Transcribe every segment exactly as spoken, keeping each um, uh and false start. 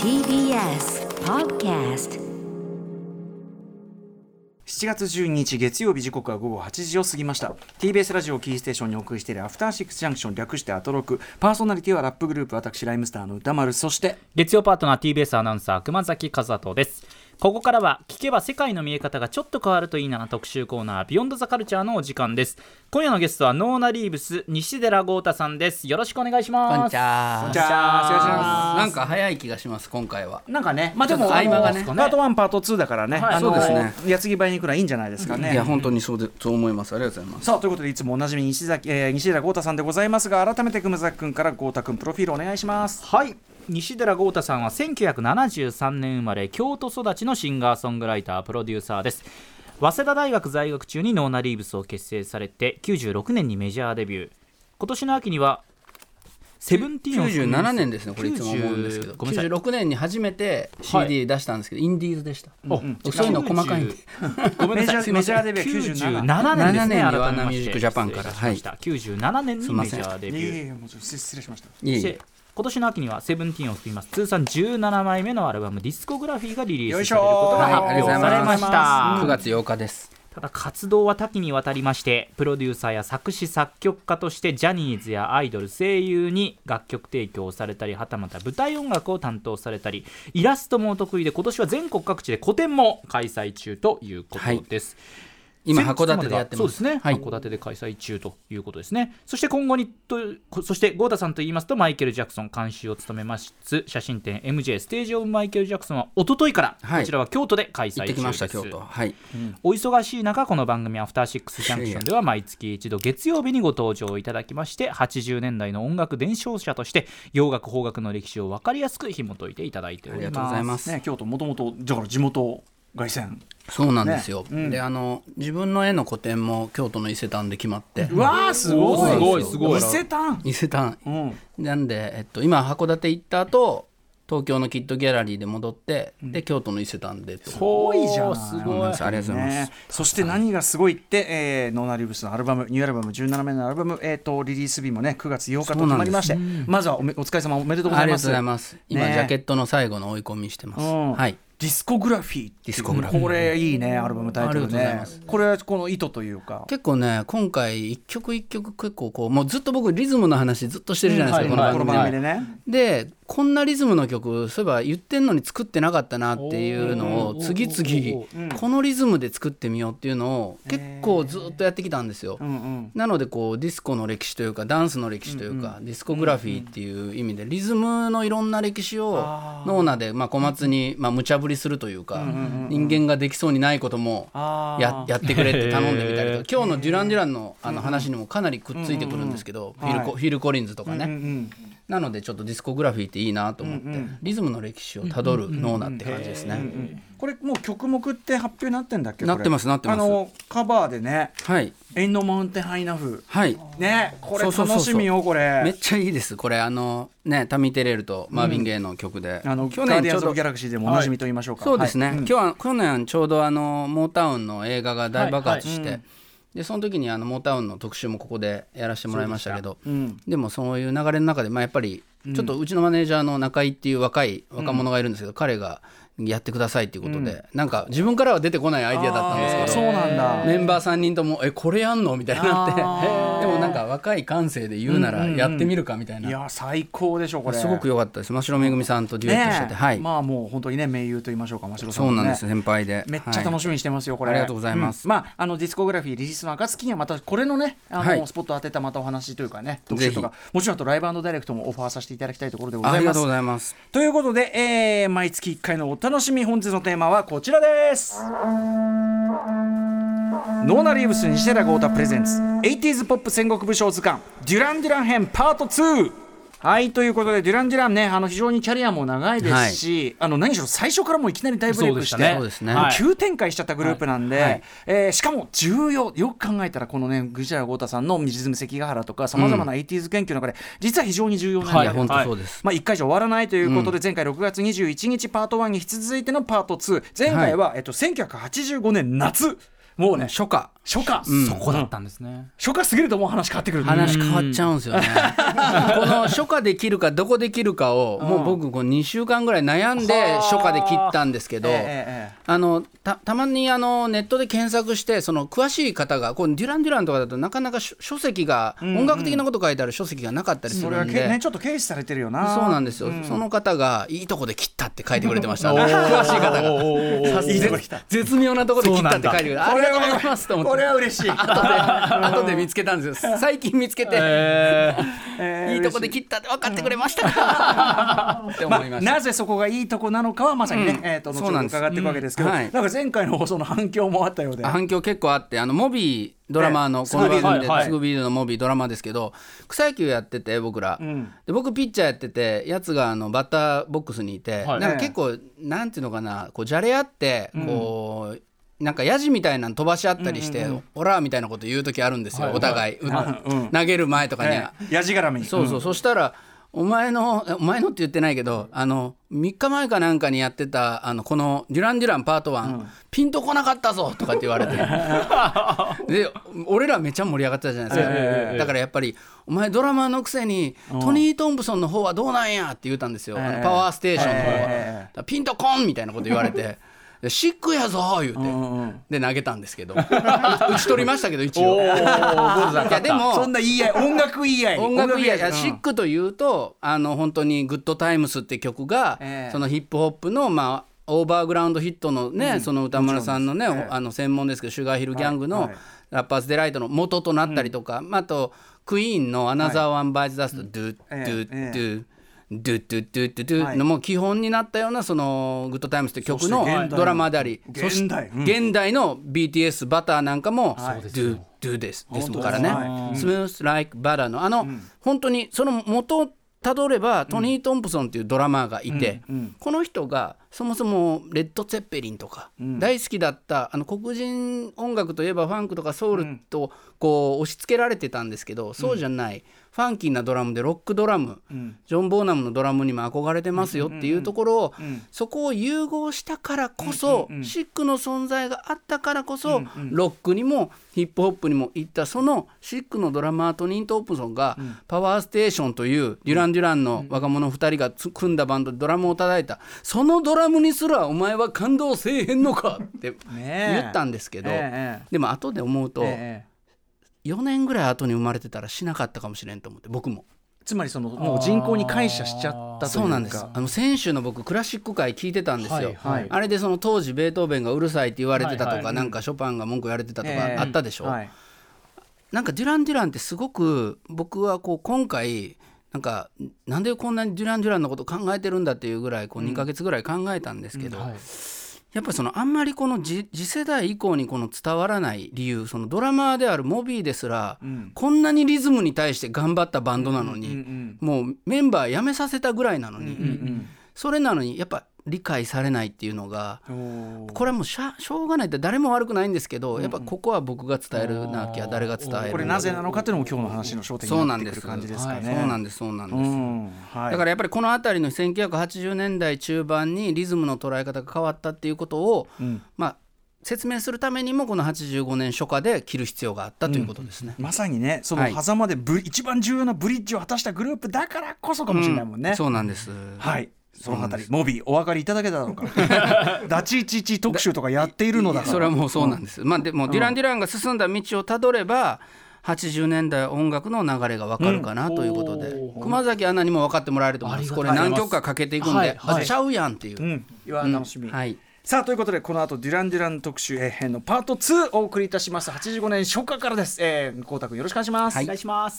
ティービーエス Podcast。 しちがつじゅうににち月曜日、時刻は午後はちじを過ぎました。 ティービーエス ラジオキーステーションにお送りしているアフターシックスジャンクション、略してアトロク。パーソナリティはラップグループ、私ライムスターの歌丸、そして月曜パートナー ティービーエス アナウンサー熊崎和人です。ここからは聞けば世界の見え方がちょっと変わるといいな特集コーナー、ビヨンドザカルチャーのお時間です。今夜のゲストはノーナリーブス西寺豪太さんです。よろしくお願いします。 こんにちは。 こんにちは。 なんか早い気がします。今回はなんかね、まあでも合間がねパートワンパートツーだからね、 はい、 あのそうですね、 矢継ぎ早に行くのはいいんじゃないですかね。 いや本当にそうでそう思います。ありがとうございます。 さあ、ということでいつもおなじみ西崎、えー、西寺豪太さんでございますが、改めて熊崎君から豪太君プロフィールお願いします。 はい、西寺豪太さんはせんきゅうひゃくななじゅうさんねん生まれ、京都育ちのシンガーソングライター、プロデューサーです。早稲田大学在学中にノーナリーブスを結成されてきゅうじゅうろくねんにメジャーデビュー。今年の秋にはセブンティーンをきゅうじゅうななねんですね。これいつも思うんですけど、きゅうじゅうろくねんに初めて シーディー 出したんですけど、はい、インディーズでした。 うん、 そういうの細かいんでごめんなさい、 メジャーデビューはきゅうじゅうななねんですね。 ななねんにワーナーミュージックジャパンから、 はい、きゅうじゅうななねんにメジャーデビュー。 いやいや、もうちょっと失礼しました。 いい今年の秋にはセブンティーンを含みます通算じゅうななまいめのアルバムディスコグラフィーがリリースされることが発表されました。 くがつようかです。 ただ活動は多岐にわたりまして、プロデューサーや作詞作曲家としてジャニーズやアイドル、声優に楽曲提供をされたり、はたまた舞台音楽を担当されたり、イラストもお得意で、今年は全国各地で個展も開催中ということです、はい。 今函館でやってます。 そうですね、はい、函館で開催中ということですね。そして今後にとそして豪太さんといいますと、マイケル・ジャクソン監修を務めます写真展 エムジェー ステージオブマイケル・ジャクソンは一昨日から、はい、こちらは京都で開催中です。 行ってきました京都、はいうん、お忙しい中、この番組アフターシックスジャンクションでは毎月一度月曜日にご登場いただきまして、はちじゅうねんだいの音楽伝承者として洋楽邦楽の歴史を分かりやすく紐解いていただいております。 ありがとうございます、 ね、京都もともとだから地元凱旋。 そうなんですよ、 ねうん、 であの自分の絵の個展も京都の伊勢丹で決まって、 うわーすごいすごいすごい伊勢丹伊勢丹、 うん、 なんで、えっと、今函館行った後東京のキッドギャラリーで戻って、うん、で京都の伊勢丹で。 すごいじゃん。 すごい、 ありがとうございます、 ね、そして何がすごいって、えー、ノーナリーブスのアルバムニューアルバムじゅうななめいのアルバム、えー、とリリース日もねくがつようかと決まりまして、まずは お, お疲れ様おめでとうございます。 ありがとうございます。今、ね、ジャケットの最後の追い込みしてます、うん、はい。 ディスコグラフィーディスコグラフィー、 これいいね、アルバムタイトルね。これはこの意図というか、 結構ね今回一曲一曲結構こうもうずっと僕リズムの話ずっとしてるじゃないですか、 うん、この番組でね。 でこんなリズムの曲そういえば言ってんのに作ってなかったなっていうのを次々このリズムで作ってみようっていうのを結構ずっとやってきたんですよ、うんうん、なのでこうディスコの歴史というかダンスの歴史というか、うんうん、ディスコグラフィーっていう意味でリズムのいろんな歴史をノーナでまあ小松にまあ無茶ぶりするというか、うんうん、人間ができそうにないことも や, やってくれって頼んでみたりとか、今日のデュラン・デュラン の, あの話にもかなりくっついてくるんですけど、フィルコ、はい、フィル・コリンズとかね、うんうん、なのでちょっとディスコグラフィーっていいなと思って、うんうん、リズムの歴史をたどるノーナって感じですね、うんうんうん、 これもう曲目って発表になってんだっけ。 なってますなってます。 あのカバーでね、 はい、 エンドマウンテンハイナフ、 はいね、これ楽しみよ。これめっちゃいいです。これあのねタミー・テレルとマービン・ゲイの曲で、 うん、あの去年ガーディアンズ・オブ・ギャラクシーでもおなじみと言いましょうか、 はい、そうですね、はい、今日は去年ちょうどあのモータウンの映画が大爆発して、はいはい、うん、でその時にあのモータウンの特集もここでやらせてもらいましたけど、 で,、うん、でもそういう流れの中で、まあ、やっぱりちょっとうちのマネージャーの中井っていう若い若者がいるんですけど、うん、彼がやってくださいっていうことで、うん、なんか自分からは出てこないアイディアだったんですけど、 そうなんだ、 メンバーさんにんともえこれやんのみたいになって、でもなんか若い感性で言うならやってみるかみたいな、うんうんうん、 いや最高でしょこれ。 すごく良かったです。真城めぐみさんとデュエットしてて、ね、はい、 まあもう本当にね盟友と言いましょうか、真城さん、ね、 そうなんです、先輩でめっちゃ楽しみにしてますよ、はい、これありがとうございます、 うん、まああのディスコグラフィーリリースの暁にはまたこれのねあの、はい、スポット当てたまたお話というかね特集とかもちろんとライブ&ダイレクトもオファーさせていただきたいところでございます。 ありがとうございます。 ということで、えー、毎月いっかいのお楽しみ、本日のテーマはこちらです。ノーナリーブス西寺豪太プレゼンツ エイティーズ ポップ戦国武将図鑑デュラン・デュラン編パートツー。はい、ということでデュラン・デュランね、あの非常にキャリアも長いですし、はい、あの何しろ最初からもういきなり大ブレイクして、 そうですね、 急展開しちゃったグループなんで、はいはい、えー、しかも重要、よく考えたらこのね西寺豪太さんのリズム関ヶ原とかさまざまな エイティーズ 研究の中で実は非常に重要なんで、 はい、本当そうです、 まあ、いっかいじゃ終わらないということで、うん、前回ろくがつにじゅういちにちパートワンに引き続いてのパートツー、前回は、はい、えっと、せんきゅうひゃくはちじゅうごねん夏、もうね初夏初夏、 うん、そこだったんですね。 初夏過ぎるともう話変わってくる、 話変わっちゃうんですよねこの初夏できるかどこできるかをもう僕こうにしゅうかんぐらい悩んで初夏で切ったんですけど、えー、あの た, たまにあのネットで検索してその詳しい方がこうデュラン・デュランとかだとなかなか書籍が、うんうん、音楽的なこと書いてある書籍がなかったりするんで、 それは、ね、ちょっと軽視されてるよな。 そうなんですよ、うん、その方がいいとこで切ったって書いてくれてました詳しい方がいいとこ切った絶妙なとこで切ったって書いてくれてありがとうございますと思って、 これは嬉しい後で後で見つけたんですよ最近見つけて、えー、いいとこで切ったって分かってくれましたか、うん、って思いました、 まあ、なぜそこがいいとこなのかはまさにね、うんえー、と後ほど伺っていくわけですけど、うんはい、なんか前回の放送の反響もあったようで、 反響結構あって、あのモビードラマーのこの番組でスグビードのモビードラマーですけど、草野球やってて僕ら、うん、で僕ピッチャーやっててやつがあのバッターボックスにいて、はい、なんか結構なんていうのかな、こうじゃれ合ってこう、うんなんかヤジみたいなの飛ばし合ったりして、うんうんうん、オラーみたいなこと言う時あるんですよ、はい、お互い、はいうん、投げる前とかには、 えー、ヤジ絡みそうそう、うん、そしたらお前のお前のって言ってないけど、あのみっかまえかなんかにやってたあのこのデュラン・デュランパートワン、うん、ピンとこなかったぞとかって言われてで俺らめっちゃ盛り上がってたじゃないですか、えー、だからやっぱりお前ドラマーのくせにトニー・トンプソンの方はどうなんやって言ったんですよ、えー、あのパワーステーションの方は、えー、ピンとこんみたいなこと言われてシックやぞ言うて、うんうん、で投げたんですけど打ち取りましたけど一応いやでもそんな言い合い音楽言い合い音楽言い合い、うん、シックというとあの本当にグッドタイムスって曲が、えー、そのヒップホップのまあオーバーグラウンドヒットのね、うん、その歌村さんのね、えー、あの専門ですけどシュガーヒルギャングのラッパーズデライトの元となったりとか、うん、あとクイーンのアナザーワンバイズダストドゥドゥドゥドゥドゥドゥドゥドゥのも基本になったようなそのグッドタイムスって曲のドラマであり、そして現代の ビーティーエス バターなんかもドゥドゥですですからね、スムースライクバターのあの本当にその元たどればトニー・トンプソンっていうドラマーがいて、うんうん、この人がそもそもレッド・ツェッペリンとか大好きだった、うん、あの黒人音楽といえばファンクとかソウルとこう押し付けられてたんですけど、そうじゃないファンキーなドラムでロックドラム、うん、ジョン・ボーナムのドラムにも憧れてますよっていうところを、うんうんうん、そこを融合したからこそ、うんうんうん、シックの存在があったからこそ、うんうん、ロックにもヒップホップにも行ったそのシックのドラマートニー・トンプソンが、うん、パワーステーションというデュラン・デュランの若者ふたりが組んだバンドでドラムを叩いた、そのドラムにすらお前は感動せえへんのかって言ったんですけど、ねえでも後で思うと、ねえよねんぐらい後に生まれてたらしなかったかもしれんと思って、僕もつまりそのもう人口に感謝しちゃったというか。 そうなんです。あの先週の僕クラシック界聞いてたんですよ、はいはい、あれでその当時ベートーベンがうるさいって言われてたとか、はいはい、なんかショパンが文句言われてたとかあったでしょ、えーはい、なんかデュラン・デュランってすごく僕はこう今回なんかなんでこんなにデュラン・デュランのこと考えてるんだっていうぐらいこうにかげつぐらい考えたんですけど、うんうんはい、やっぱりそのあんまりこの 次, 次世代以降にこの伝わらない理由、そのドラマーであるモビーですら、うん、こんなにリズムに対して頑張ったバンドなのに、うんうんうん、もうメンバー辞めさせたぐらいなのに、うんうんうん、それなのにやっぱ理解されないっていうのが、これはもうし ゃ, しょうがないって誰も悪くないんですけど、やっぱここは僕が伝えるなきゃ誰が伝える、 これなぜなのかっていうのも今日の話の焦点になってくる感じですかね。 そうなんですそうなんです、うんはい、だからやっぱりこのあたりのせんきゅうひゃくはちじゅうねんだい中盤にリズムの捉え方が変わったっていうことを、うんまあ説明するためにもこのはちじゅうごねん初夏で切る必要があったということですね、 うん、まさにねその狭間でブ、はい、一番重要なブリッジを果たしたグループだからこそかもしれないもんね、 うん、そうなんです。 はいそのあたりモビーお分かりいただけたのかダチイチイチ特集とかやっているのだからそれはもうそうなんです、うんまあ、でもデュラン・デュランが進んだ道をたどればはちじゅうねんだい音楽の流れが分かるかなということで、うん、熊崎アナにも分かってもらえると思います。これ何曲かかけていくんで、はいはい、ちゃうやんっていう、うん、 いや楽しみ、うんはいさあということでこの後デュラン・デュラン特集編のパートツーをお送りいたします。はちじゅうごねん初夏からです。えー、光太くんよろしくお願いします、はい、 お願いします。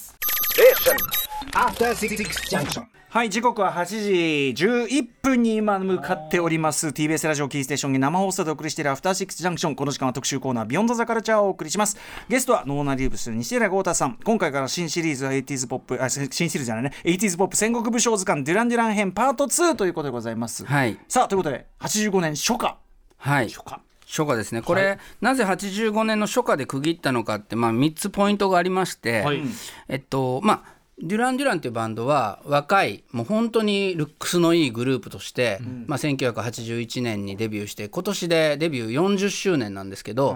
はい、時刻ははちじじゅういっぷんに今向かっております ティービーエス ラジオキーステーションに生放送でお送りしているアフターシックスジャンクション。この時間は特集コーナービヨンドザカルチャーをお送りします。ゲストはノーナリーブス西寺豪太さん。今回から新シリーズ エイティーズ ポップあ新シリーズじゃないね エイティーズ ポップ戦国武将図鑑デュラン・デュラン編パートツーということでございます、はい、さあということではちじゅうごねん初夏はい初夏初夏ですね。これ、はい、なぜはちじゅうごねんの初夏で区切ったのかって、まあ、みっつポイントがありまして、はいえっとまあデュラン・デュランというバンドは若いもう本当にルックスのいいグループとして、うんまあ、せんきゅうひゃくはちじゅういちねんにデビューして今年でデビューよんじゅっしゅうねんなんですけど、はい、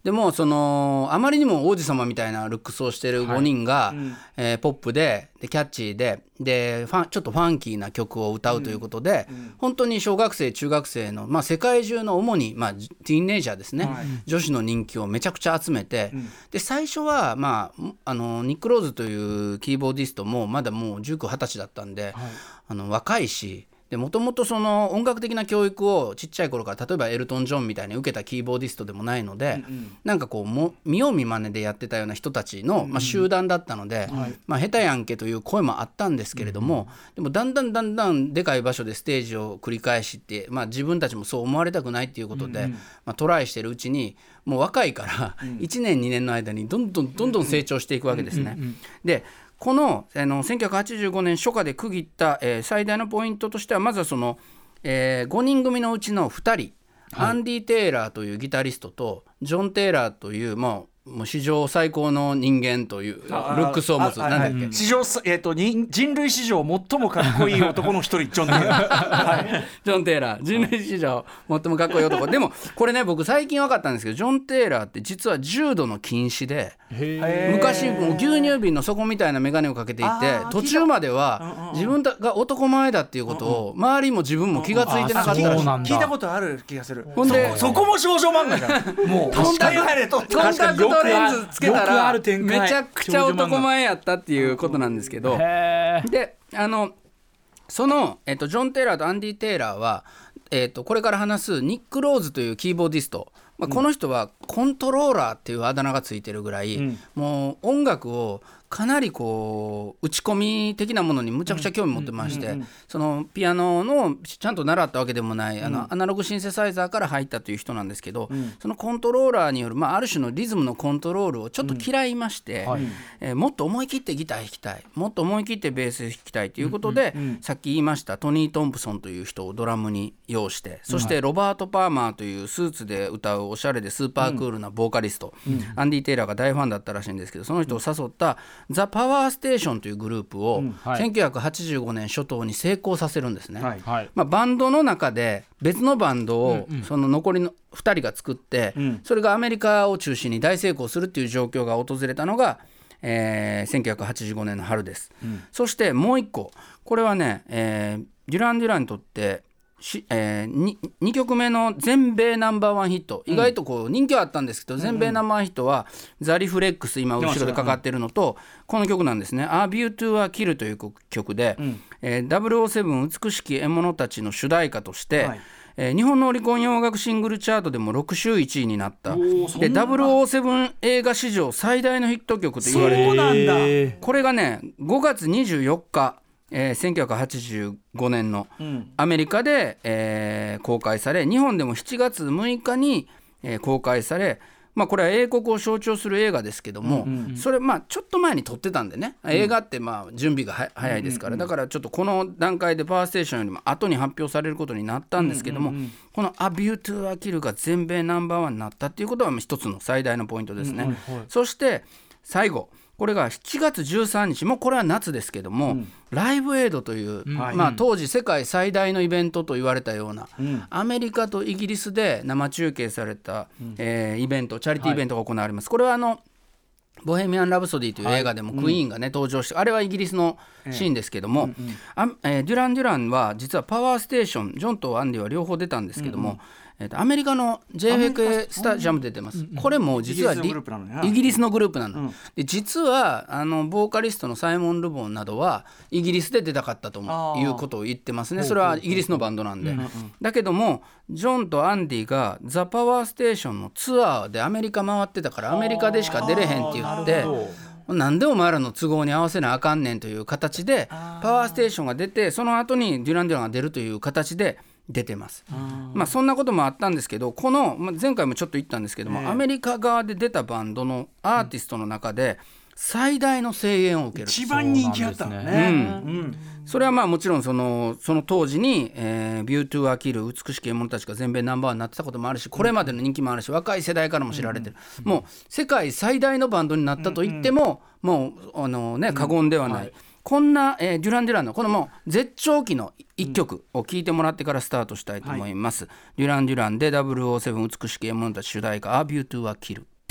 でもそのあまりにも王子様みたいなルックスをしてるごにんが、はいうんえー、ポップ で, でキャッチー で, でファンちょっとファンキーな曲を歌うということで、うんうん、本当に小学生中学生の、まあ、世界中の主に、まあ、ティーンネイジャーですね、はい、女子の人気をめちゃくちゃ集めて、うん、で最初は、まあ、あのニック・ローズというキーボーディストもまだもうじゅうきゅう、はたちだったんで、はい、あの若いしもともと音楽的な教育をちっちゃい頃から例えばエルトン・ジョンみたいに受けたキーボーディストでもないので、うんうん、なんかこうも見よう見まねでやってたような人たちの、まあ、集団だったので、うんうんまあ、下手やんけという声もあったんですけれども、うん、でもだんだんだんだんでかい場所でステージを繰り返して、まあ、自分たちもそう思われたくないっていうことで、うんうんまあ、トライしてるうちにもう若いからいちねんにねんの間にどんどんどんどん成長していくわけですね、うんうんうん、でこ の, あのせんきゅうひゃくはちじゅうごねん初夏で区切った、えー、最大のポイントとしてはまずはその、えー、ごにん組のうちのふたり、はい、アンディ・テイラーというギタリストとジョン・テイラーという、まあもう史上最高の人間というルックスを持つなんだっけ、 史上、えー、と人類史上最もかっこいい男の一人ジョン・テイラー、はい、 ジョン・テイラー人類史上最もかっこいい男でもこれね僕最近分かったんですけどジョン・テイラーって実は重度の近視で昔もう牛乳瓶の底みたいな眼鏡をかけていて途中までは自分が男前だっていうことを周りも自分も気がついてなかったらしい。 聞いたことある気がする。 ほんでそ, そこも少女漫画じゃんもうコンタクトレンズつけたらめちゃくちゃ男前やったっていうことなんですけどであのその、えっと、ジョン・テイラーとアンディ・テイラーは、えっと、これから話すニック・ローズというキーボーディスト、まあ、この人はコントローラーっていうあだ名がついてるぐらい、うん、もう音楽をかなりこう打ち込み的なものにむちゃくちゃ興味持ってまして、うんうんうんうん、そのピアノのちゃんと習ったわけでもない、うん、あのアナログシンセサイザーから入ったという人なんですけど、うん、そのコントローラーによる、まあ、ある種のリズムのコントロールをちょっと嫌いまして、うんはいえー、もっと思い切ってギター弾きたいもっと思い切ってベース弾きたいということで、うんうんうん、さっき言いましたトニー・トンプソンという人をドラムに擁してそしてロバート・パーマーというスーツで歌うおしゃれでスーパークールなボーカリスト、うん、アンディ・テイラーが大ファンだったらしいんですけどその人を誘ったザ・パワーステーションというグループをせんきゅうひゃくはちじゅうごねん初頭に成功させるんですね、はいはいまあ、バンドの中で別のバンドをその残りのふたりが作って、うん、それがアメリカを中心に大成功するっていう状況が訪れたのが、えー、せんきゅうひゃくはちじゅうごねんの春です、うん、そしてもう一個これはね、えー、デュラン・デュランにとってしえー、に, にきょくめの全米ナンバーワンヒット、うん、意外とこう人気はあったんですけど、うん、全米ナンバーワンヒットは、うん、ザ・リフレックス今後ろでかかってるのと、うん、この曲なんですね。A View to a Killという曲で、うんえー、ダブルオーセブン 美しき獲物たちの主題歌として、はいえー、日本のオリコン洋楽シングルチャートでもろく週いちいになったでダブルオーセブン映画史上最大のヒット曲と言われている。 そうなんだ。 これがねごがつにじゅうよっかえー、せんきゅうひゃくはちじゅうごねんのアメリカで、えー、公開され日本でもしちがつむいかに、えー、公開され、まあ、これは英国を象徴する映画ですけども、うんうんうん、それまあちょっと前に撮ってたんでね、うん、映画ってまあ準備がは早いですから、うんうんうん、だからちょっとこの段階でパワーステーションよりも後に発表されることになったんですけども、うんうんうん、この A View to a Kill が全米ナンバーワンになったっていうことは一つの最大のポイントですね、うんうんはい、そして最後これがしちがつじゅうさんにちもうこれは夏ですけども、うん、ライブエイドという、うんまあ、当時世界最大のイベントと言われたような、うん、アメリカとイギリスで生中継された、うんえー、イベントチャリティーイベントが行われます、はい、これはあのボヘミアン・ラブソディという映画でもクイーンが、ねはいうん、登場してあれはイギリスのシーンですけども、えーうんうんあえー、デュラン・デュランは実はパワーステーションジョンとアンディは両方出たんですけども、うんうんえー、とアメリカの ジェイエフエーケー スタジアム出てます、うんうん、これも実はイギリスのグループなの、うん、で実はあのボーカリストのサイモン・ルボンなどはイギリスで出たかったということを言ってますね。それはイギリスのバンドなんで、うんうん、だけどもジョンとアンディがザ・パワーステーションのツアーでアメリカ回ってたからアメリカでしか出れへんって言ってなんでお前らの都合に合わせなあかんねんという形でパワーステーションが出てその後にデュラン・デュランが出るという形で出てます。まあそんなこともあったんですけどこの前回もちょっと言ったんですけども、えー、アメリカ側で出たバンドのアーティストの中で最大の声援を受ける一番人気あったのね、 うんうん、それはまあもちろんその、その当時に、えー、ビュートゥーアキル美しき獲物たちが全米ナンバーワンになってたこともあるしこれまでの人気もあるし若い世代からも知られてる、うん、もう世界最大のバンドになったと言っても、うん、もうあの、ね、過言ではない、うんはいこんな、えー、デュラン・デュランのこのもう絶頂期のいっきょくを聴いてもらってからスタートしたいと思います、はい、デュラン・デュランでダブルオーセブン美しき獲物たち主題歌 A View to a Kill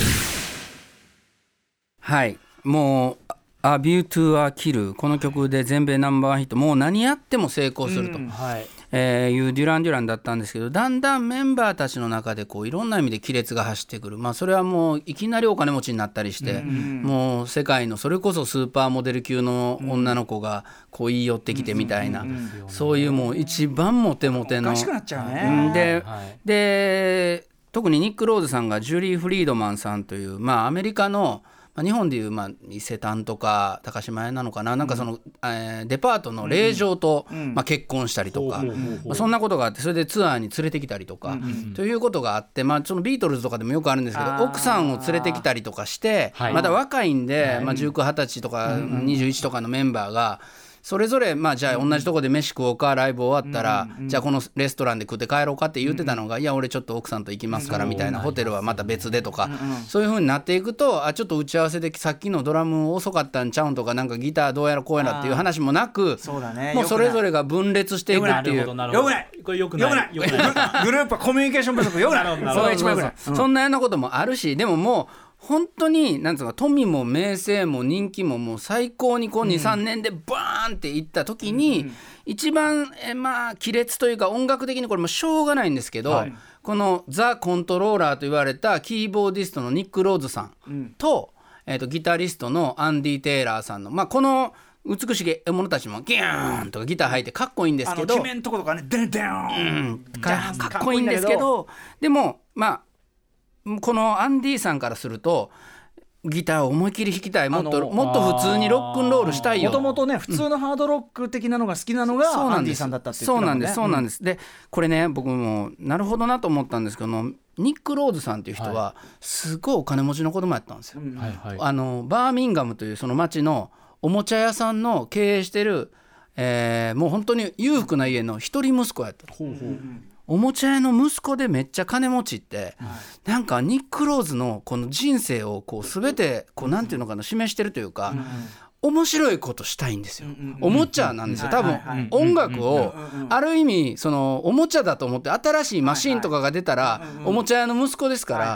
はい、もうA View to a Kill この曲で全米ナンバーワンヒット、もう何やっても成功すると、うんはいえー、いうデュラン・デュランだったんですけど、だんだんメンバーたちの中でこういろんな意味で亀裂が走ってくる、まあ、それはもういきなりお金持ちになったりして、うん、もう世界のそれこそスーパーモデル級の女の子がこう言い寄ってきてみたいな、うん、そういうもう一番モテモテのおかしくなっちゃうね。 で、 はい、 で特にニック・ローズさんがジュリー・フリードマンさんという、まあ、アメリカの日本でいう、まあ、伊勢丹とか高島屋なのかな、なんかその、うんえー、デパートの令嬢と、うんまあ、結婚したりとか、うんまあ、そんなことがあって、それでツアーに連れてきたりとか、うん、ということがあって、まあ、そのビートルズとかでもよくあるんですけど、奥さんを連れてきたりとかして、まだ若いんで、まあ、じゅうきゅう、はたちとかにじゅういちとかのメンバーがそれぞれ、まあ、じゃあ同じとこで飯食おうか、ライブ終わったら、うんうん、じゃあこのレストランで食って帰ろうかって言ってたのが、うんうん、いや俺ちょっと奥さんと行きますからみたいな、ホテルはまた別でとか、うんうん、そういう風になっていくと、あちょっと打ち合わせでさっきのドラム遅かったんちゃうんとか、なんかギターどうやらこうやらっていう話もなく、 そうだね、 もうそれぞれが分裂していくっていう。 よくないこれよくないよくないグループはコミュニケーション不足よくないそれが一番よくない、 うん、そんなようなこともあるし、でももう本当になんつうか富も名声も人気ももう最高にこう に,さん 年でバーンっていった時に、うん、一番えまあ亀裂というか音楽的にこれもしょうがないんですけど、はい、このザ・コントローラーと言われたキーボーディストのニック・ローズさんと、うんえー、とギタリストのアンディ・テイラーさんの、まあ、この美しい獲物たちもギューンとかギター入ってかっこいいんですけど、 あの決めんとことかねデンデン、 うん、か, かっこいいんですけど、でもまあこのアンディさんからするとギターを思いっきり弾きたい、もっともっと普通にロックンロールしたいよ。 もともとね普通のハードロック的なのが好きなのが、うん、アンディさんだったっていうことだもんね。 そうなんです、そうなんです、うん、でこれね僕もなるほどなと思ったんですけど、ニック・ローズさんっていう人はすごいお金持ちの子供やったんですよ、はいはい、あのバーミンガムというその町のおもちゃ屋さんの経営してる、えー、もう本当に裕福な家の一人息子やった、ほうほう、おもちゃ屋の息子でめっちゃ金持ちって、はい、なんかニック・ローズのこの人生をこう全てこうなんていうのかな示してるというか、うんうん、面白いことしたいんですよ、うんうん、おもちゃなんですよ多分、音楽をある意味そのおもちゃだと思って新しいマシンとかが出たらおもちゃ屋の息子ですから、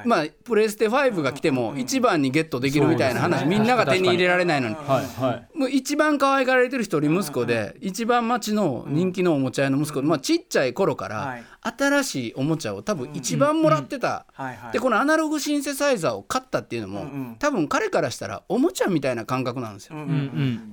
まあプレステファイブが来ても一番にゲットできるみたいな話、みんなが手に入れられないのに、もう一番可愛がられてる一人息子で一番町の人気のおもちゃ屋の息子、まあちっちゃい頃から新しいおもちゃを多分一番もらってた、でこのアナログシンセサイザーを買ったっていうのも多分彼からしたらおもちゃみたいな感覚なんですよ、うんうん、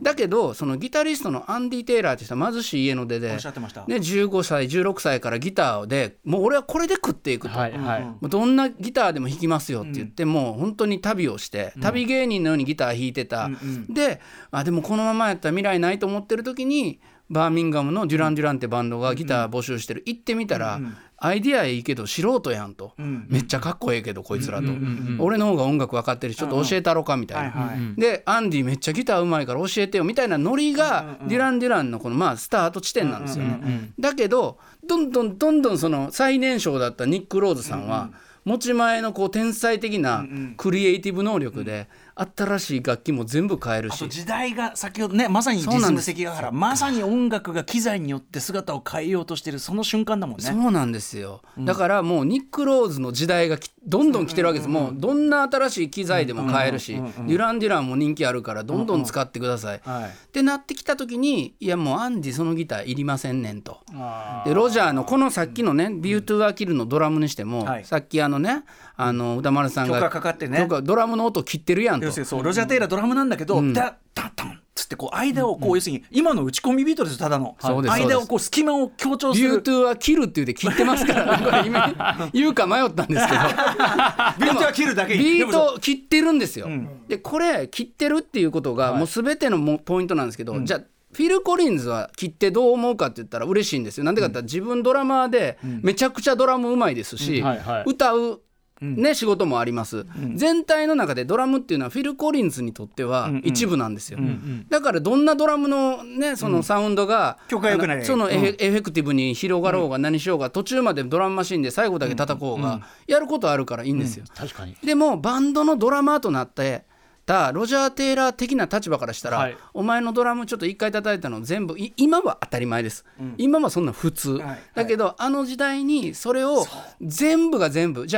だけどそのギタリストのアンディ・テイラーって人は貧しい家の出で、ね、じゅうごさいじゅうろくさいからギターでもう俺はこれで食っていくと、はいはい、もうどんなギターでも弾きますよって言って、うん、もう本当に旅をして旅芸人のようにギター弾いてた、うん、であでもこのままやったら未来ないと思ってる時にバーミンガムのデュラン・デュランってバンドがギター募集してる、行ってみたら、うんうん、アイディアいいけど素人やんと、うん、めっちゃかっこええけどこいつらと、うんうんうん、俺の方が音楽分かってるしちょっと教えたろかみたいな、はいはい、でアンディめっちゃギターうまいから教えてよみたいなノリがデュラン・デュランのこのまあスタート地点なんですよね、うんうんうん、だけどどんどんどんどんその最年少だったニック・ローズさんは、うんうん持ち前のこう天才的なクリエイティブ能力で新しい楽器も全部変えるし、 あと時代が先ほどねまさにリズム関ヶ原、まさに音楽が機材によって姿を変えようとしているその瞬間だもんね。 そうなんですよ、うん、だからもうニック・ローズの時代がどんどん来てるわけです、うんうんうん、もうどんな新しい機材でも変えるし、うんうんうんうん、デュラン・デュランも人気あるからどんどん使ってください、うんうんはい、ってなってきた時にいやもうアンディそのギターいりませんねんと。でロジャーのこのさっきのね、うん、ビュートゥーアキルのドラムにしても、はい、さっきあのねあの歌丸さんが曲がかかってねドラムの音切ってるやんと。 そうロジャー・テイラードラムなんだけど、うん、ダッダッダンつってこう間をこう、うん、要するに今の打ち込みビートですただの、はい、間をこう隙間を強調する。 ビュートゥーは切るって言って切ってますからこれ言うか迷ったんですけどビートは切るだけにビート切ってるんですよ、うん、でこれ切ってるっていうことがもう全てのもポイントなんですけど、はい、じゃあフィル・コリンズは切ってどう思うかって言ったら嬉しいんですよ。なんでかって言ったら自分ドラマーでめちゃくちゃドラムうまいですし、うんはいはい、歌うね、仕事もあります、うん、全体の中でドラムっていうのはフィル・コリンズにとっては一部なんですよ、うんうん、だからどんなドラムの、ね、そのサウンドが、 うん、 そのエフェ、うん、エフェクティブに広がろうが何しようが途中までドラムマシンで最後だけ叩こうが、うん、やることあるからいいんですよ、 うん、確かに。 でもバンドのドラマーとなってロジャー・テイラー的な立場からしたら、はい、お前のドラムちょっと一回叩いたの全部今は当たり前です、うん、今はそんな普通、はい、だけど、はい、あの時代にそれを全部が全部じゃあ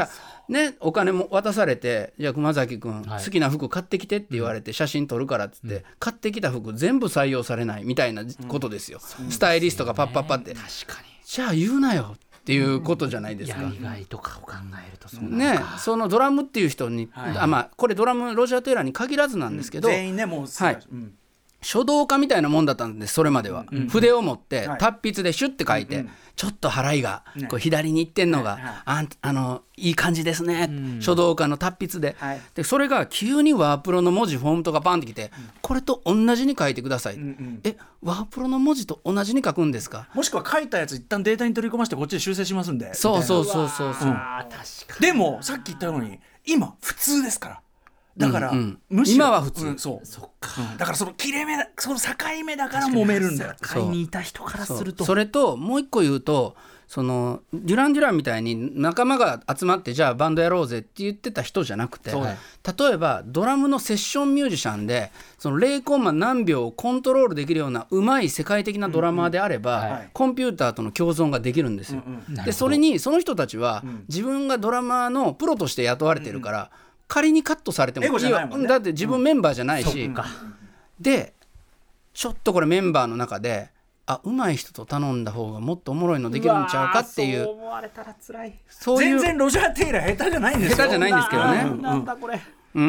ね、お金も渡されて、じゃあ熊崎君、 はい、 好きな服買ってきてって言われて写真撮るからっつって、うん、買ってきた服全部採用されないみたいなことですよ、うん、スタイリストがパッパッパって、 確かにじゃあ言うなよっていうことじゃないですか。 やりがいとかを考えるとそうなのか、ね、そのドラムっていう人に、はい、あまあ、これドラムロジャー・テイラーに限らずなんですけど、 うん、全員ねもう、 はい、うん、書道家みたいなもんだったんですそれまでは、うん、筆を持って達筆でシュッて書いて、はい、ちょっと払いがこう左に行ってんのが、ね、あんあのいい感じですね、うん、書道家の達筆 で,、はい、でそれが急にワープロの文字フォームとかパンってきて、うん、これと同じに書いてください、うんうん、えワープロの文字と同じに書くんですか、 もしくは書いたやつ一旦データに取り込ませてこっちで修正しますんで、 そうそうそうそうそう、うん、 でもさっき言ったように今普通ですから、だから、うんうん、 むしろ今は普通、うん、 そうそっか、うん、だからその切れ目だ、その境目だから揉めるんだよ、 境にいた人からすると。 そ, それともう一個言うと、そのデュラン・デュランみたいに仲間が集まってじゃあバンドやろうぜって言ってた人じゃなくて、例えばドラムのセッションミュージシャンでその ゼロコンマ何秒をコントロールできるような上手い世界的なドラマーであれば、うんうん、はい、コンピューターとの共存ができるんですよ、うんうん、でそれにその人たちは自分がドラマーのプロとして雇われてるから、うんうん、仮にカットされてもいいよ、エゴじゃないもんね、だって自分メンバーじゃないし、うん、でちょっとこれメンバーの中であ上手い人と頼んだ方がもっとおもろいのできるんちゃうかっていう、 そう思われたら辛い。 そういう全然ロジャー・テイラー下手じゃないんですよ、 下手じゃないんですけどね、 な, なんだこれ、 うん、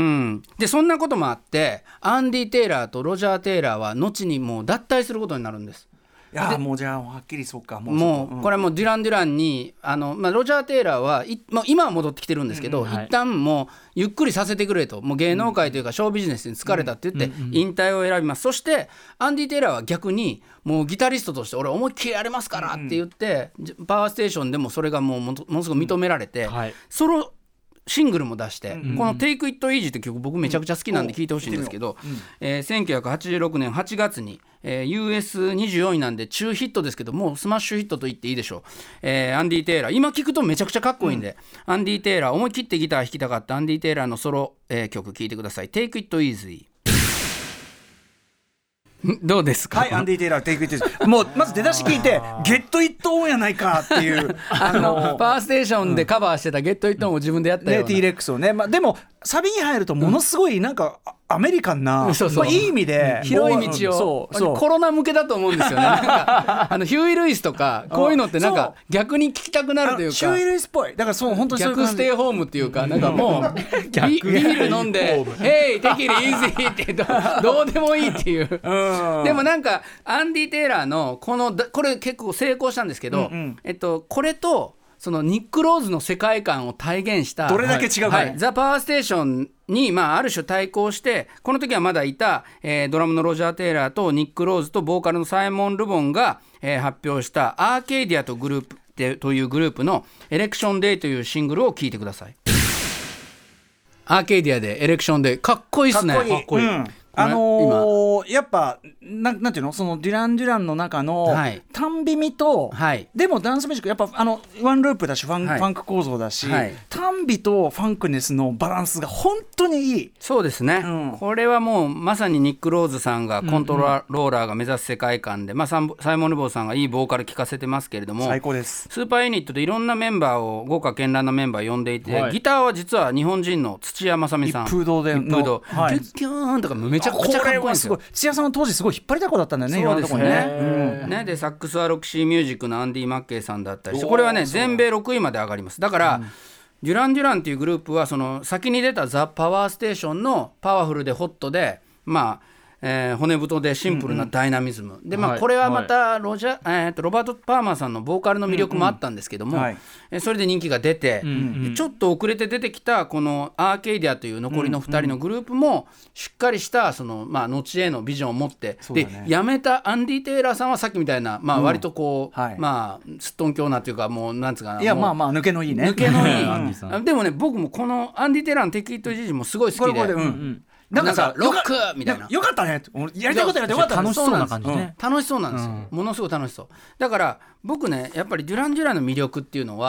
でそんなこともあってアンディ・テイラーとロジャー・テイラーは後にもう脱退することになるんです。 いやもうじゃあはっきりそうか、もう、 もうこれはもうデュラン・デュランにあの、まあ、ロジャー・テイラーは、まあ、今は戻ってきてるんですけど、うんうん、はい、一旦もうゆっくりさせてくれと、もう芸能界というかショービジネスに疲れたって言って引退を選びます、うんうんうん、そしてアンディ・テイラーは逆にもうギタリストとして俺思いっきりやれますからって言って、うん、パワーステーションでもそれがもうものすごく認められて、うんはい、ソロシングルも出して、うん、この Take It Easy って曲僕めちゃくちゃ好きなんで聴いてほしいんですけど、うんうん、えー、せんきゅうひゃくはちじゅうろくねんはちがつに、えー、ユーエスにじゅうよん 位なんで中ヒットですけどもうスマッシュヒットと言っていいでしょう、えー、アンディ・テイラー今聴くとめちゃくちゃかっこいいんで、うん、アンディ・テイラー思い切ってギター弾きたかったアンディ・テイラーのソロ、えー、曲聴いてください。 Take It Easy どうですか。 はい、アンディ・テイラー、テイクイットイージー。もうまず出だし聞いてゲットイットオンやないかっていうあのパワーステーションでカバーしてたゲットイットオンを自分でやったような、 ね、T レックスをね、まあ、でもサビに入るとものすごいなんか、うんアメリカンな、うんそうそう、まあ、いい意味で広い道を、そうそうコロナ向けだと思うんですよね。なんかあのヒューイ・ルイスとかこういうのってなんか逆に聞きたくなるというか、 ヒューイ・ルイスっぽい、だからそう本当にそういう逆ステイホームっていうか、なんかもうビ, ビール飲んで「ヘイテキリイージー」ってどどうでもいいっていう、うん、でもなんかアンディ・テイラーのこのこれ結構成功したんですけど、うんうん、えっと、これとそのニック・ローズの世界観を体現したどれだけ違うかね、 はい、ザ・パワーステーションに、まあ、ある種対抗して、この時はまだいた、えー、ドラムのロジャー・テイラーとニック・ローズとボーカルのサイモン・ルボンが、えー、発表したアーケイディアとグループでというグループのエレクションデイというシングルを聴いてください。アーケイディアでエレクションデイかっこいいっすね。 かっこいい、かっこいい、うん、あのー、やっぱ な, なんていうのそのデュラン・デュランの中の、はい、単美味と、はい、でもダンスミュージックやっぱあのワンループだしファン、はい、ファンク構造だし、はい、単美とファンクネスのバランスが本当にいい。 そうですね、うん、これはもうまさにニック・ローズさんがコントローラーが目指す世界観で、うんうん、まあ、サイモン・ルボーさんがいいボーカル聴かせてますけれども、 最高です。 スーパーユニットでいろんなメンバーを豪華絢爛なメンバー呼んでいて、はい、ギターは実は日本人の土屋正美さん、 一風堂での一風堂、はい、キューンとかめちゃくちゃかっこいいんですよ。 土屋さんは当時すごい引っ張りだこだったんだよね。 そうですね、うん、ねでサックスはロクシーミュージックのアンディ・マッケイさんだったりして、これはね全米ろくいまで上がります。だから、うん、デュラン・デュランっていうグループはその先に出たザ・パワーステーションのパワフルでホットで、まあえー、骨太でシンプルなダイナミズム、うんうん、で、まあ、これはまたロジャ、はい、えー、とロバート・パーマーさんのボーカルの魅力もあったんですけども、うんうん、はい、えー、それで人気が出て、うんうん、ちょっと遅れて出てきたこのアーケイディアという残りのふたりのグループもしっかりしたその、まあ、後へのビジョンを持って、うん、で、ね、辞めたアンディ・テイラーさんはさっきみたいな、まあ、割とこう、うん、はい、まあ、すっとんきょうなというかもうなんつうかな、 いやまあまあ抜けのいいね、 抜けのいい、うん、でもね僕もこのアンディ・テイラーのテキット・ジジもすごい好きで、これこれ、うんうん、なんかさロックみたいな、 よかったね、やりたいことやってよかったね、 楽しそうな感じね、 楽しそうなんですよ、うん、ものすごい楽しそうだから僕ねやっぱりデュラン・デュランの魅力っていうのは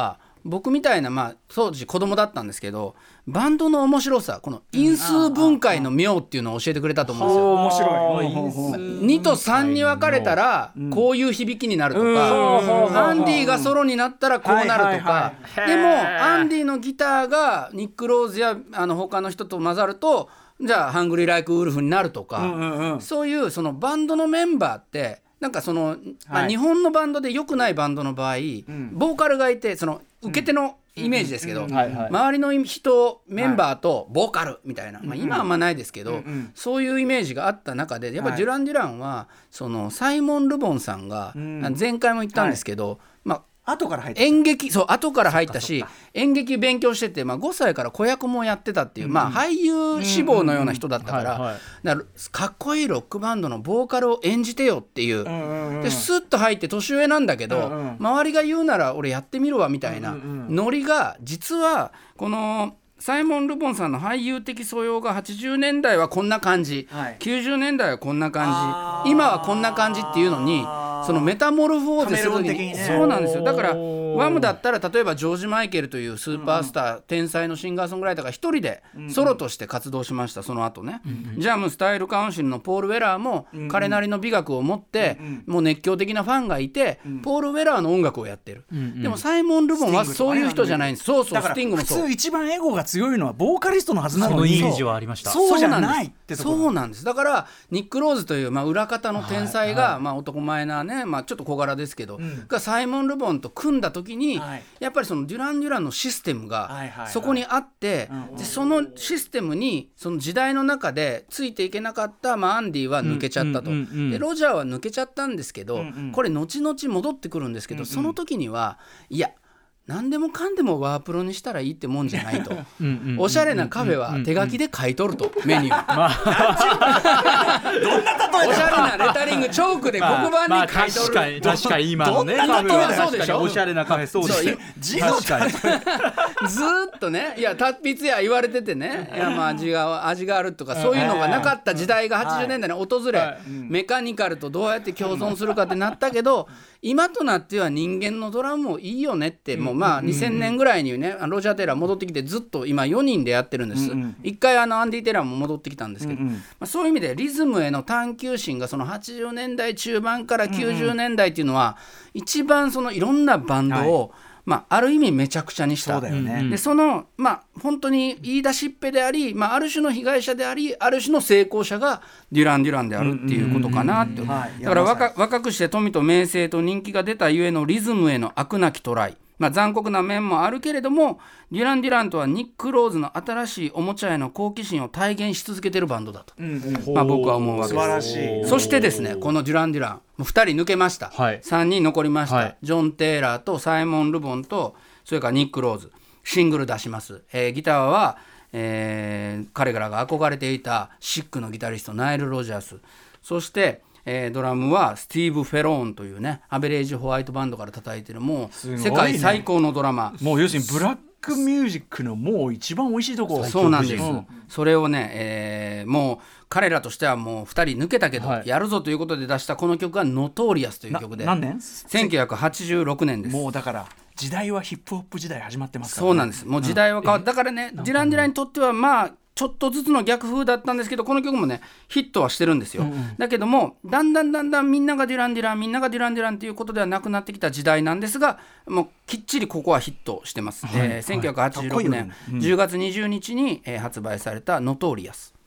僕みたいな、まあ、当時子供だったんですけどバンドの面白さこの因数分解の妙っていうのを教えてくれたと思うんですよ。 面白い。 にとさんに分かれたらこういう響きになるとか、アンディがソロになったらこうなるとか、でもアンディのギターがニック・ローズやあの他の人と混ざるとじゃあハングリー・ライク・ウルフになるとか、うんうんうん、そういうそのバンドのメンバーってなんかその、まあ、 はい、 日本のバンドで良くないバンドの場合、うん、ボーカルがいてその受け手のイメージですけど、周りの人メンバーとボーカルみたいな、はい、まあ、今はあんまないですけど、うんうん、そういうイメージがあった中でやっぱりデュラン・デュランはそのサイモン・ルボンさんが、うん、前回も言ったんですけど、はい、まあ後から入った演劇そう後から入ったし演劇勉強してて、まあ、ごさいから子役もやってたっていう、うん、まあ、俳優志望のような人だったからかっこいいロックバンドのボーカルを演じてよっていう、うんうんうん、でスッと入って年上なんだけど、うんうん、周りが言うなら俺やってみるわみたいなノリが実はこのサイモン・ルボンさんの俳優的素養がはちじゅうねんだいはこんな感じ、はい、きゅうじゅうねんだいはこんな感じ今はこんな感じっていうのにそのメタモルフォーゼする時に、ね、そうなんですよ。だからワムだったら例えばジョージ・マイケルというスーパースター、うん、天才のシンガーソングライターが一人でソロとして活動しました。その後ね、うん、ジャムスタイルカウンシルのポール・ウェラーも彼なりの美学を持って、うん、もう熱狂的なファンがいて、うん、ポール・ウェラーの音楽をやってる、うん、でもサイモン・ルボンはそういう人じゃないんです。そうそう、スティングもそう。 普通一番エゴが強いのはボーカリストのはずなのにそのイメージはありました。 そうじゃないってところ。 そうなんです。だからニック・ローズという、まあ、裏方の天才が、はいはい、まあ、男前なね、まあ、ちょっと小柄ですけど、うん、がサイモン・ルボンと組んだ時に、はい、やっぱりそのデュラン・デュランのシステムがそこにあって、はいはいはい、でそのシステムにその時代の中でついていけなかった、まあ、アンディは抜けちゃったと、うんうんうんうん、でロジャーは抜けちゃったんですけど、うんうん、これ後々戻ってくるんですけど、うんうん、その時にはいや何でもかんでもワープロにしたらいいってもんじゃないとおしゃれなカフェは手書きで書いとるとメニュー、まあ、どんな例えおしゃれなレタリングチョークで黒板に書いとる、まあまあ、確かに確かに今のねカフェはそうでしょ。おしゃれなカフェそうですよ。確かにずっとねいや達筆や言われててねいやまあ味が味があるとかそういうのがなかった時代がはちじゅうねんだいに訪れ、はいはい、メカニカルとどうやって共存するかってなったけど今となっては人間のドラムもいいよねってもうまあにせんねんぐらいにねロジャー・テイラー戻ってきてずっと今よにんでやってるんです、うんうん、一回あのアンディ・テイラーも戻ってきたんですけど、うんうんまあ、そういう意味でリズムへの探求心がそのはちじゅうねんだい中盤からきゅうじゅうねんだいっていうのは一番そのいろんなバンドを、はいまあ、ある意味めちゃくちゃにした。 そうだよね。 でその、まあ、本当に言い出しっぺであり、まあ、ある種の被害者でありある種の成功者がデュラン・デュランであるっていうことかなって、だから若、若くして富と名声と人気が出たゆえのリズムへの飽くなきトライ、まあ、残酷な面もあるけれどもデュラン・デュランとはニック・ローズの新しいおもちゃへの好奇心を体現し続けているバンドだと、うんうんまあ、僕は思うわけです。素晴らしい。そしてですねこのデュラン・デュランもうふたり抜けました、はい、さんにん残りました、はい、ジョン・テイラーとサイモン・ルボンとそれからニック・ローズシングル出します、えー、ギターは、えー、彼らが憧れていたシックのギタリストナイル・ロジャース、そしてえー、ドラムはスティーブ・フェローンというねアベレージホワイトバンドから叩いてるもう、ね、世界最高のドラマー、 もう要するにブラックミュージックのもう一番美味しいところ。 そうなんです、うん、それをね、えー、もう彼らとしてはもうふたり抜けたけど、はい、やるぞということで出したこの曲がノトーリアスという曲で何年せんきゅうひゃくはちじゅうろくねんです。 もうだから時代はヒップホップ時代始まってますから、ね、 そうなんです。もう時代は変わって、うん、だからねデュラン・デュランにとってはまあちょっとずつの逆風だったんですけどこの曲もねヒットはしてるんですよ、うんうん、だけどもだんだんだんだんみんながデュラン・デュランみんながデュラン・デュランということではなくなってきた時代なんですがもうきっちりここはヒットしてます、はいえー、せんきゅうひゃくはちじゅうろくねん、はいうん、じゅうがつにじゅうにちに、えー、発売されたノトーリアス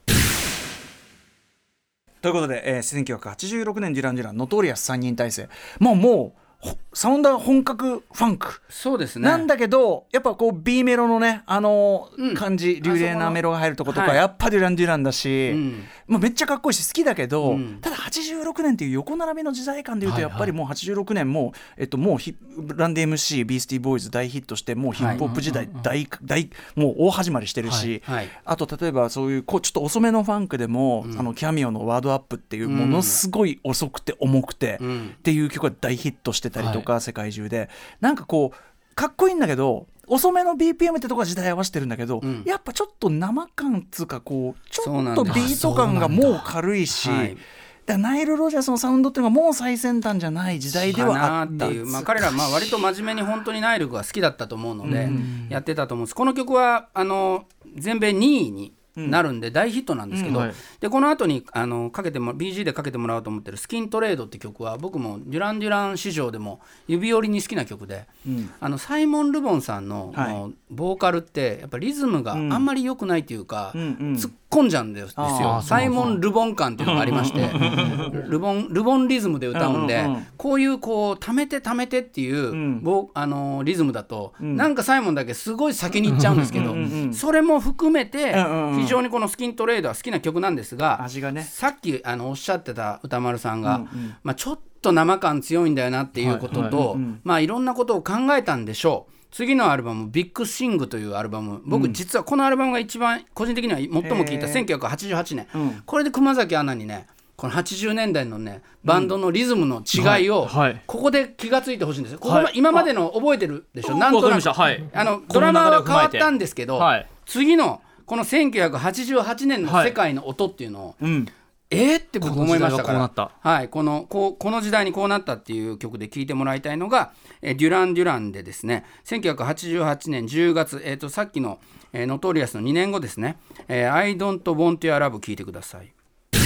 ということで、えー、せんきゅうひゃくはちじゅうろくねんデュラン・デュランノトーリアスさんにん体制もうもうサウンドは本格ファンクそうですねなんだけどやっぱこう B メロのねあのーうん、感じ流麗なメロが入るとことか、はい、やっぱデュラン・デュランだし、うんまあ、めっちゃかっこいいし好きだけど、うん、ただはちじゅうろくねんっていう横並びの時代感でいうとやっぱりもうはちじゅうろくねんもう、えっと、もうヒランディ エムシー ビースティーボーイズ大ヒットしてもうヒップホップ時代大、大もう大始まりしてるし、はいはい、あと例えばそういうこうちょっと遅めのファンクでも、うん、あのキャミオのワードアップっていうものすごい遅くて重くて、うん、っていう曲が大ヒットしてたりとか、はい、世界中でなんかこうかっこいいんだけど遅めの ビーピーエム ってとこが時代合わせてるんだけど、うん、やっぱちょっと生感つうかこうちょっとビート感がもう軽いし、はい、 だナイル・ロジャースのサウンドっていうのがもう最先端じゃない時代ではあったっていう、まあ、彼らはまあ割と真面目に本当にナイルが好きだったと思うのでやってたと思うんです。この曲はあの全米にいになるんで大ヒットなんですけど、うんうんはい、でこの後にあのかけても ビージー でかけてもらおうと思ってるスキントレードって曲は僕もデュラン・デュラン史上でも指折りに好きな曲で、うん、あのサイモン・ルボンさん の,、はい、のボーカルってやっぱリズムがあんまり良くないというか、うんうん、突っ込んじゃうんですよ。サイモン・ルボン感っていうのがありましてルボン、ルボンリズムで歌うんで、うんうん、こういうこう溜めて溜めてっていう、うん、ボあのリズムだと、うん、なんかサイモンだけすごい先に行っちゃうんですけど、うんうんうん、それも含めて非常にこのスキントレードは好きな曲なんですが、 味がね、 さっきあのおっしゃってた歌丸さんが、うんうんまあ、ちょっと生感強いんだよなっていうことと、はいはいうんうんまあ、いろんなことを考えたんでしょう。次のアルバムビッグシングというアルバム、僕実はこのアルバムが一番個人的には最も聴いたせんきゅうひゃくはちじゅうはちねん、うん、これで熊崎アナにねこのはちじゅうねんだいのねバンドのリズムの違いをここで気がついてほしいんですよ。ここ今までの覚えてるでしょ、なんとなく、はい、あのドラマは変わったんですけど、はい、次のこのせんきゅうひゃくはちじゅうはちねんの世界の音っていうのを、はいうんえー、って僕思いましたから、こ, はい、こ, のこ, この時代にこうなったっていう曲で聴いてもらいたいのが、えー、デュラン・デュランでですねせんきゅうひゃくはちじゅうはちねんじゅうがつ、えー、とさっきの、えー、ノトリアスのにねんごですね、えー、I don't want your love 聴いてください。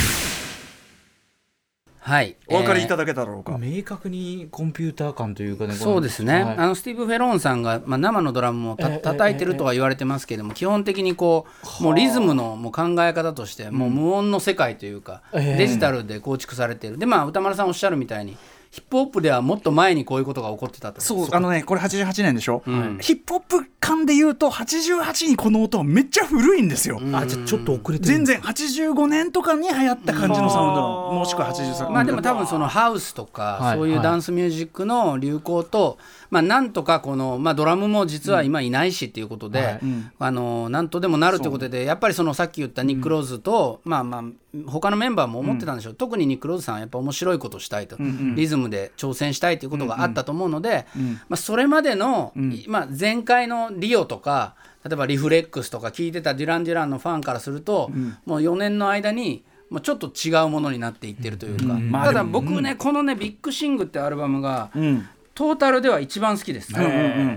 はい、 お分かりいただけただろうか、 えー、明確にコンピューター感というかね。 そうですね、はい、あのスティーブ・フェローンさんが、まあ、生のドラムもた、えー、叩いてるとは言われてますけれども、えー、基本的にこうもうリズムのもう考え方としてもう無音の世界というか、うん、デジタルで構築されている。でまあ歌丸さんおっしゃるみたいにヒップホップではもっと前にこういうことが起こってたと。 そうあのねこれはちじゅうはちねんでしょ、うん、ヒップホップ感で言うとはちじゅうはちにこの音はめっちゃ古いんですよ、 うん、あじゃあちょっと遅れてる。 全然はちじゅうごねんとかに流行った感じのサウンドの、もしくははちじゅうさん、 まあでも多分そのハウスとか、はい、そういうダンスミュージックの流行と、まあ、なんとかこの、まあ、ドラムも実は今いないしっていうことで、うんはいあのなんとでもなるってことでやっぱりそのさっき言ったニック・ローズと、うん、まあまあ他のメンバーも思ってたんでしょう、うん、特にニック・ローズさんはやっぱ面白いことしたいと、うんうん、リズムで挑戦したいということがあったと思うので、うんうんまあ、それまでの、うんまあ、前回のリオとか例えばリフレックスとか聴いてたデュラン・デュランのファンからすると、うん、もうよねんの間にもうちょっと違うものになっていってるというか、うんまあ、ただ僕ね、うん、このねビッグシングってアルバムが、うんトータルでは一番好きです、うんうん、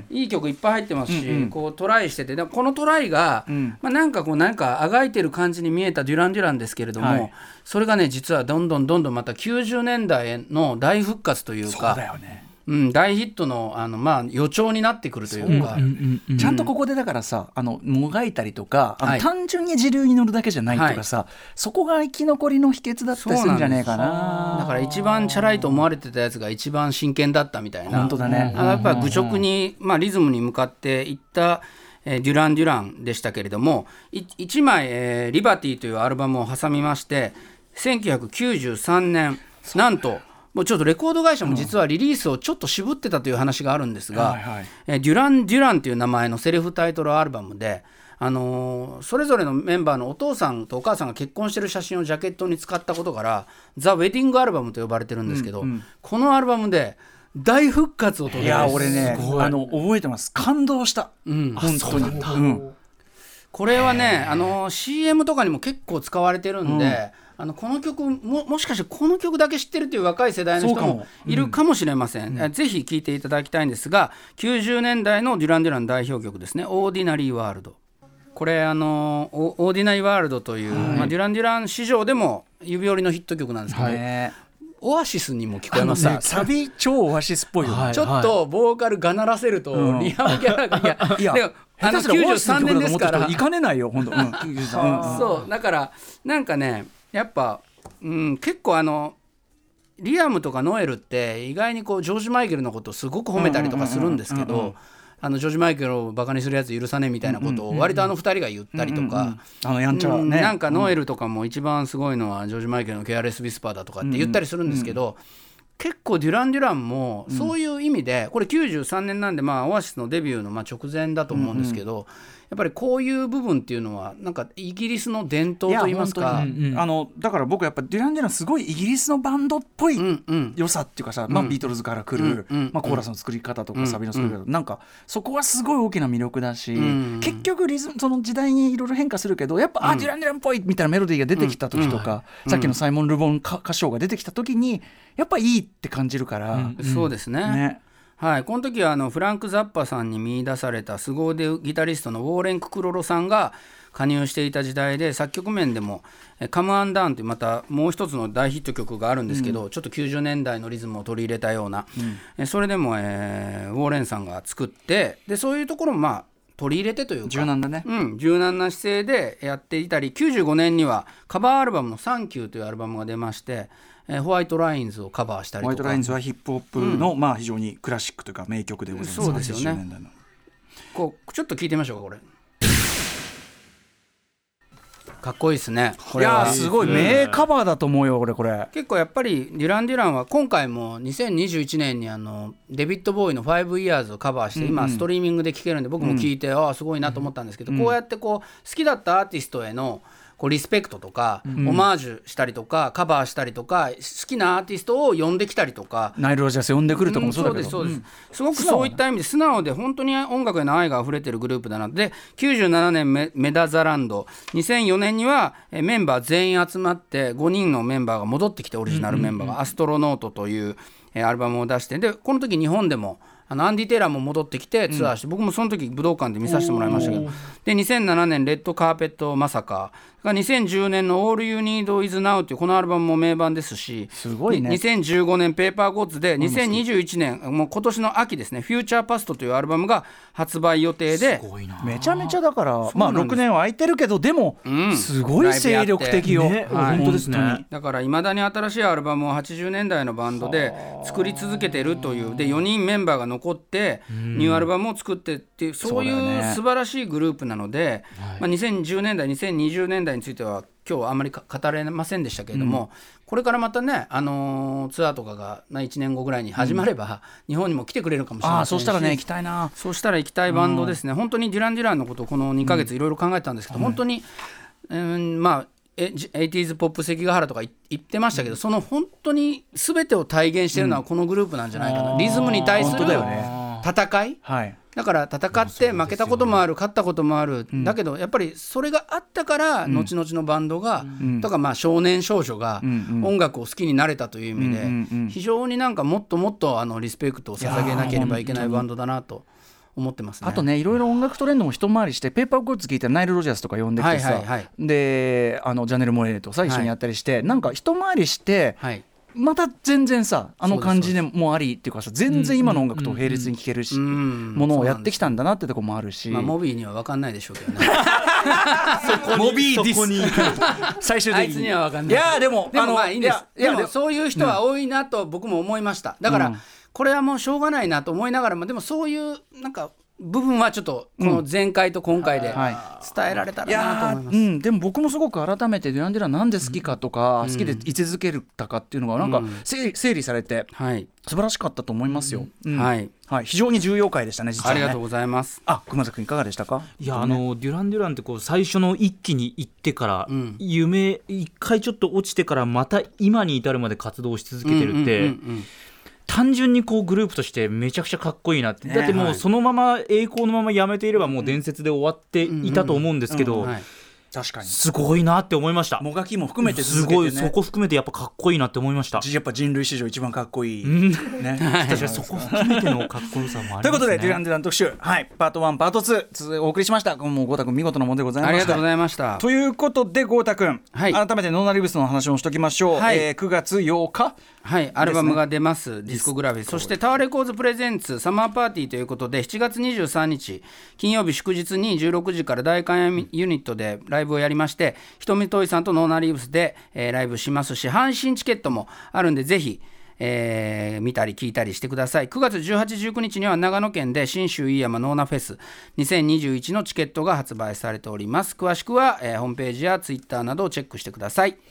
いい曲いっぱい入ってますし、うんうん、こうトライしててでこのトライが、うんまあ、なんかこうなんかあがいてる感じに見えたデュラン・デュランですけれども、はい、それがね実はどんどんどんどんまたきゅうじゅうねんだいの大復活というかそうだよねうん、大ヒット の, あの、まあ、予兆になってくるというか、うんうんうん、ちゃんとここでだからさあのもがいたりとかあの、はい、単純に時流に乗るだけじゃないとかさ、はい、そこが生き残りの秘訣だったりするんじゃねえかな。 だから一番チャラいと思われてたやつが一番真剣だったみたいな。 本当だね。 あやっぱり愚直に、まあ、リズムに向かっていった、えー、デュラン・デュランでしたけれどもいちまい、えー、リバティというアルバムを挟みましてせんきゅうひゃくきゅうじゅうさんねんなんともうちょっとレコード会社も実はリリースをちょっと渋ってたという話があるんですが、うんはいはいえー、デュラン・デュランという名前のセルフタイトルアルバムで、あのー、それぞれのメンバーのお父さんとお母さんが結婚してる写真をジャケットに使ったことからザ・ウェディングアルバムと呼ばれてるんですけど、うんうん、このアルバムで大復活を遂げる。 いや俺ねあの覚えてます。感動した、うん、本当に、うん、 これはね、あのー、シーエム とかにも結構使われてるんで、うんあのこの曲 も, もしかしてこの曲だけ知ってるという若い世代の人もいるかもしれません、うん、ぜひ聴いていただきたいんですがきゅうじゅうねんだいのデュラン・デュラン代表曲ですねオーディナリー・ワールド。これあのオーディナリー・ワールドという、はいまあ、デュラン・デュラン史上でも指折りのヒット曲なんですけど、はい、オアシスにも聞こえます、 ね、サビ超オアシスっぽいよね、はい、 ちょっとボーカルがならせると、うん、リアム・ギャラがいやいやあのきゅうじゅうさんねんですからいかねないよ本当、うん、 そうだからなんかねやっぱうん、結構あのリアムとかノエルって意外にこうジョージ・マイケルのことをすごく褒めたりとかするんですけどあのジョージ・マイケルをバカにするやつ許さねえみたいなことを割とあのふたりが言ったりとかなんかノエルとかも一番すごいのはジョージ・マイケルのケアレス・ウィスパーだとかって言ったりするんですけど結構デュラン・デュランもそういう意味で、うん、これきゅうじゅうさんねんなんで、まあ、オアシスのデビューのまあ直前だと思うんですけど、うんうん、やっぱりこういう部分っていうのはなんかイギリスの伝統といいますか、 うんうん、あのだから僕はやっぱデュラン・デュランすごいイギリスのバンドっぽい良さっていうかさ、うんうんまあ、ビートルズから来る、うんうんまあ、コーラスの作り方とかサビの作り方、うんうん、なんかそこはすごい大きな魅力だし、うんうん、結局リズムその時代にいろいろ変化するけどやっぱ、うん、あデュラン・デュランっぽいみたいなメロディーが出てきた時とか、うんうん、さっきのサイモン・ルボン歌唱が出てきた時にやっぱいいって感じるから、 うんうん、そうです ね, ねはい、この時はあのフランク・ザッパさんに見出された凄腕ギタリストのウォーレン・ククロロさんが加入していた時代で作曲面でもカムアンダウンというまたもう一つの大ヒット曲があるんですけど、うん、ちょっときゅうじゅうねんだいのリズムを取り入れたような、うん、それでも、えー、ウォーレンさんが作ってでそういうところもまあ取り入れてというか柔軟だね、 うん、柔軟な姿勢でやっていたりきゅうじゅうごねんにはカバーアルバムのサンキューというアルバムが出ましてえー、ホワイトラインズをカバーしたりとかホワイトラインズはヒップホップの、うんまあ、非常にクラシックというか名曲でございます。 そうですよね。こうちょっと聞いてみましょうかこれかっこいいですね。 これはいやすごい名カバーだと思うよ俺これ結構やっぱりデュラン・デュランは今回もにせんにじゅういちねんにあのデビッド・ボーイのファイブイヤーズをカバーして、うんうん、今ストリーミングで聴けるんで僕も聴いて、うん、ああすごいなと思ったんですけど、うん、こうやってこう好きだったアーティストへのこうリスペクトとか、うん、オマージュしたりとかカバーしたりとか好きなアーティストを呼んできたりとかナイル・ロジャース呼んでくるとかもそうだけど、 うん、そうですそうです、うん、すごくそういった意味で素直で本当に音楽への愛があふれてるグループだなできゅうじゅうななねん メ, メダザランドにせんよねんにはメンバー全員集まってごにんのメンバーが戻ってきてオリジナルメンバーが、うんうんうん、アストロノートというアルバムを出してでこの時日本でもあのアンディ・テイラーも戻ってきてツアーして、うん、僕もその時武道館で見させてもらいましたけどでにせんななねんレッドカーペットマサカーにせんじゅうねんの All You Need Is Now というこのアルバムも名盤ですしすごいねにせんじゅうごねんペーパーゴッツでにせんにじゅういちねんもう今年の秋ですねフューチャーパストというアルバムが発売予定ですごいなめちゃめちゃだからまあろくねんは空いてるけどでも、うん、すごい精力的よ、ねはい、本当ですねだからいまだに新しいアルバムをはちじゅうねんだいのバンドで作り続けてるというでよにんメンバーが残ってニューアルバムを作ってっていうそういう素晴らしいグループなので、はいまあ、にせんじゅうねんだいにせんにじゅうねんだいについては今日はあんまり語れませんでしたけれども、うん、これからまたね、あのー、ツアーとかがいちねんごぐらいに始まれば、うん、日本にも来てくれるかもしれませんし、あそうしたらね行きたいなそうしたら行きたいバンドですね、うん、本当にデュラン・デュランのことをこのにかげついろいろ考えてたんですけど、うん、本当に、うん、まあエイティーズポップ関ヶ原とか言ってましたけど、うん、その本当に全てを体現しているのはこのグループなんじゃないかな、うん、リズムに対する戦い、はい、だから戦って負けたこともある勝ったこともある、うん、だけどやっぱりそれがあったから後々のバンドが、うん、とかまあ少年少女が音楽を好きになれたという意味で、うんうん、非常になんかもっともっとあのリスペクトを捧げなければいけないバンドだなと思ってますね。 あとねいろいろ音楽トレンドも一回りしてペーパーゴッツ聞いたらナイル・ロジャースとか呼んできてさ、はいはいはい、であのジャネル・モレーとさ一緒にやったりして、はい、なんか一回りして、はいまた全然さあの感じでもありっていうかさ全然今の音楽と並列に聴けるし、うんうんうん、ものをやってきたんだなってとこもあるし、 まあ、モビーには分かんないでしょうけどねモビーディス最終的にあいつには分かんないいやでもでもまあいいんですでもそういう人は多いなと僕も思いましただから、うん、これはもうしょうがないなと思いながらもでもそういうなんか部分はちょっとこの前回と今回で伝えられたらなと思います、 うんうん、でも僕もすごく改めてデュラン・デュランなんで好きかとか、うん、好きで居続けたかっていうのがなんか整理、整理されて、はい、素晴らしかったと思いますよ、うんはいはい、非常に重要回でしたね実はね。 ありがとうございます。 あ熊崎君いかがでしたか。 いやあのデュラン・デュランってこう最初の一気に行ってから、うん、夢一回ちょっと落ちてからまた今に至るまで活動し続けてるって、うんうんうんうん単純にこうグループとしてめちゃくちゃかっこいいなって、ね、だってもうそのまま栄光のままやめていればもう伝説で終わっていたと思うんですけど、 確かにすごいなって思いました。 もがきも含めて続けて、ね、 すごいそこ含めてやっぱかっこいいなって思いました。 やっぱ人類史上一番かっこいい、ね、 確かにそこ含めてのかっこよさもありますね。 ということでデュラン・デュラン特集、はい、パートワンパートツーお送りしました。もう豪太君見事なものでございました。 ありがとうございました。 ということで豪太君、はい、改めてノーナリブスの話をしときましょう、はいえー、くがつようかはい、アルバムが出ます、ディスコグラフィー、そしてタワーレコーズプレゼンツサマーパーティーということでしちがつにじゅうさんにち金曜日祝日にじゅうろくじから大観ユニットでライブをやりまして瞳といさんとノーナリーブスで、えー、ライブしますし阪神チケットもあるんでぜひえー、見たり聞いたりしてください。くがつじゅうはち、じゅうくにちには長野県で信州飯山ノーナフェスにせんにじゅういちのチケットが発売されております。詳しくは、えー、ホームページやツイッターなどをチェックしてください。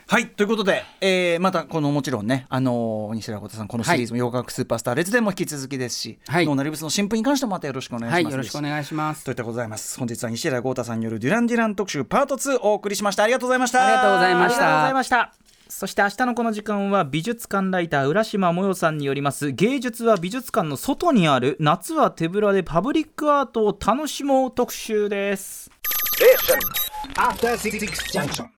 はいということで、えー、またこのもちろんね、あのー、西寺豪太さんこのシリーズも洋楽スーパースター列伝も引き続きですし、はい、ノーナリブスの新譜に関してもまたよろしくお願いします。 はい、よろしくお願いします。 といったございます。本日は西寺豪太さんによるデュランデュラン特集パートツーお送りしました。ありがとうございました。 ありがとうございました。 ありがとうございました。そして明日のこの時間は美術館ライター浦島もよさんによります芸術は美術館の外にある夏は手ぶらでパブリックアートを楽しもう特集です。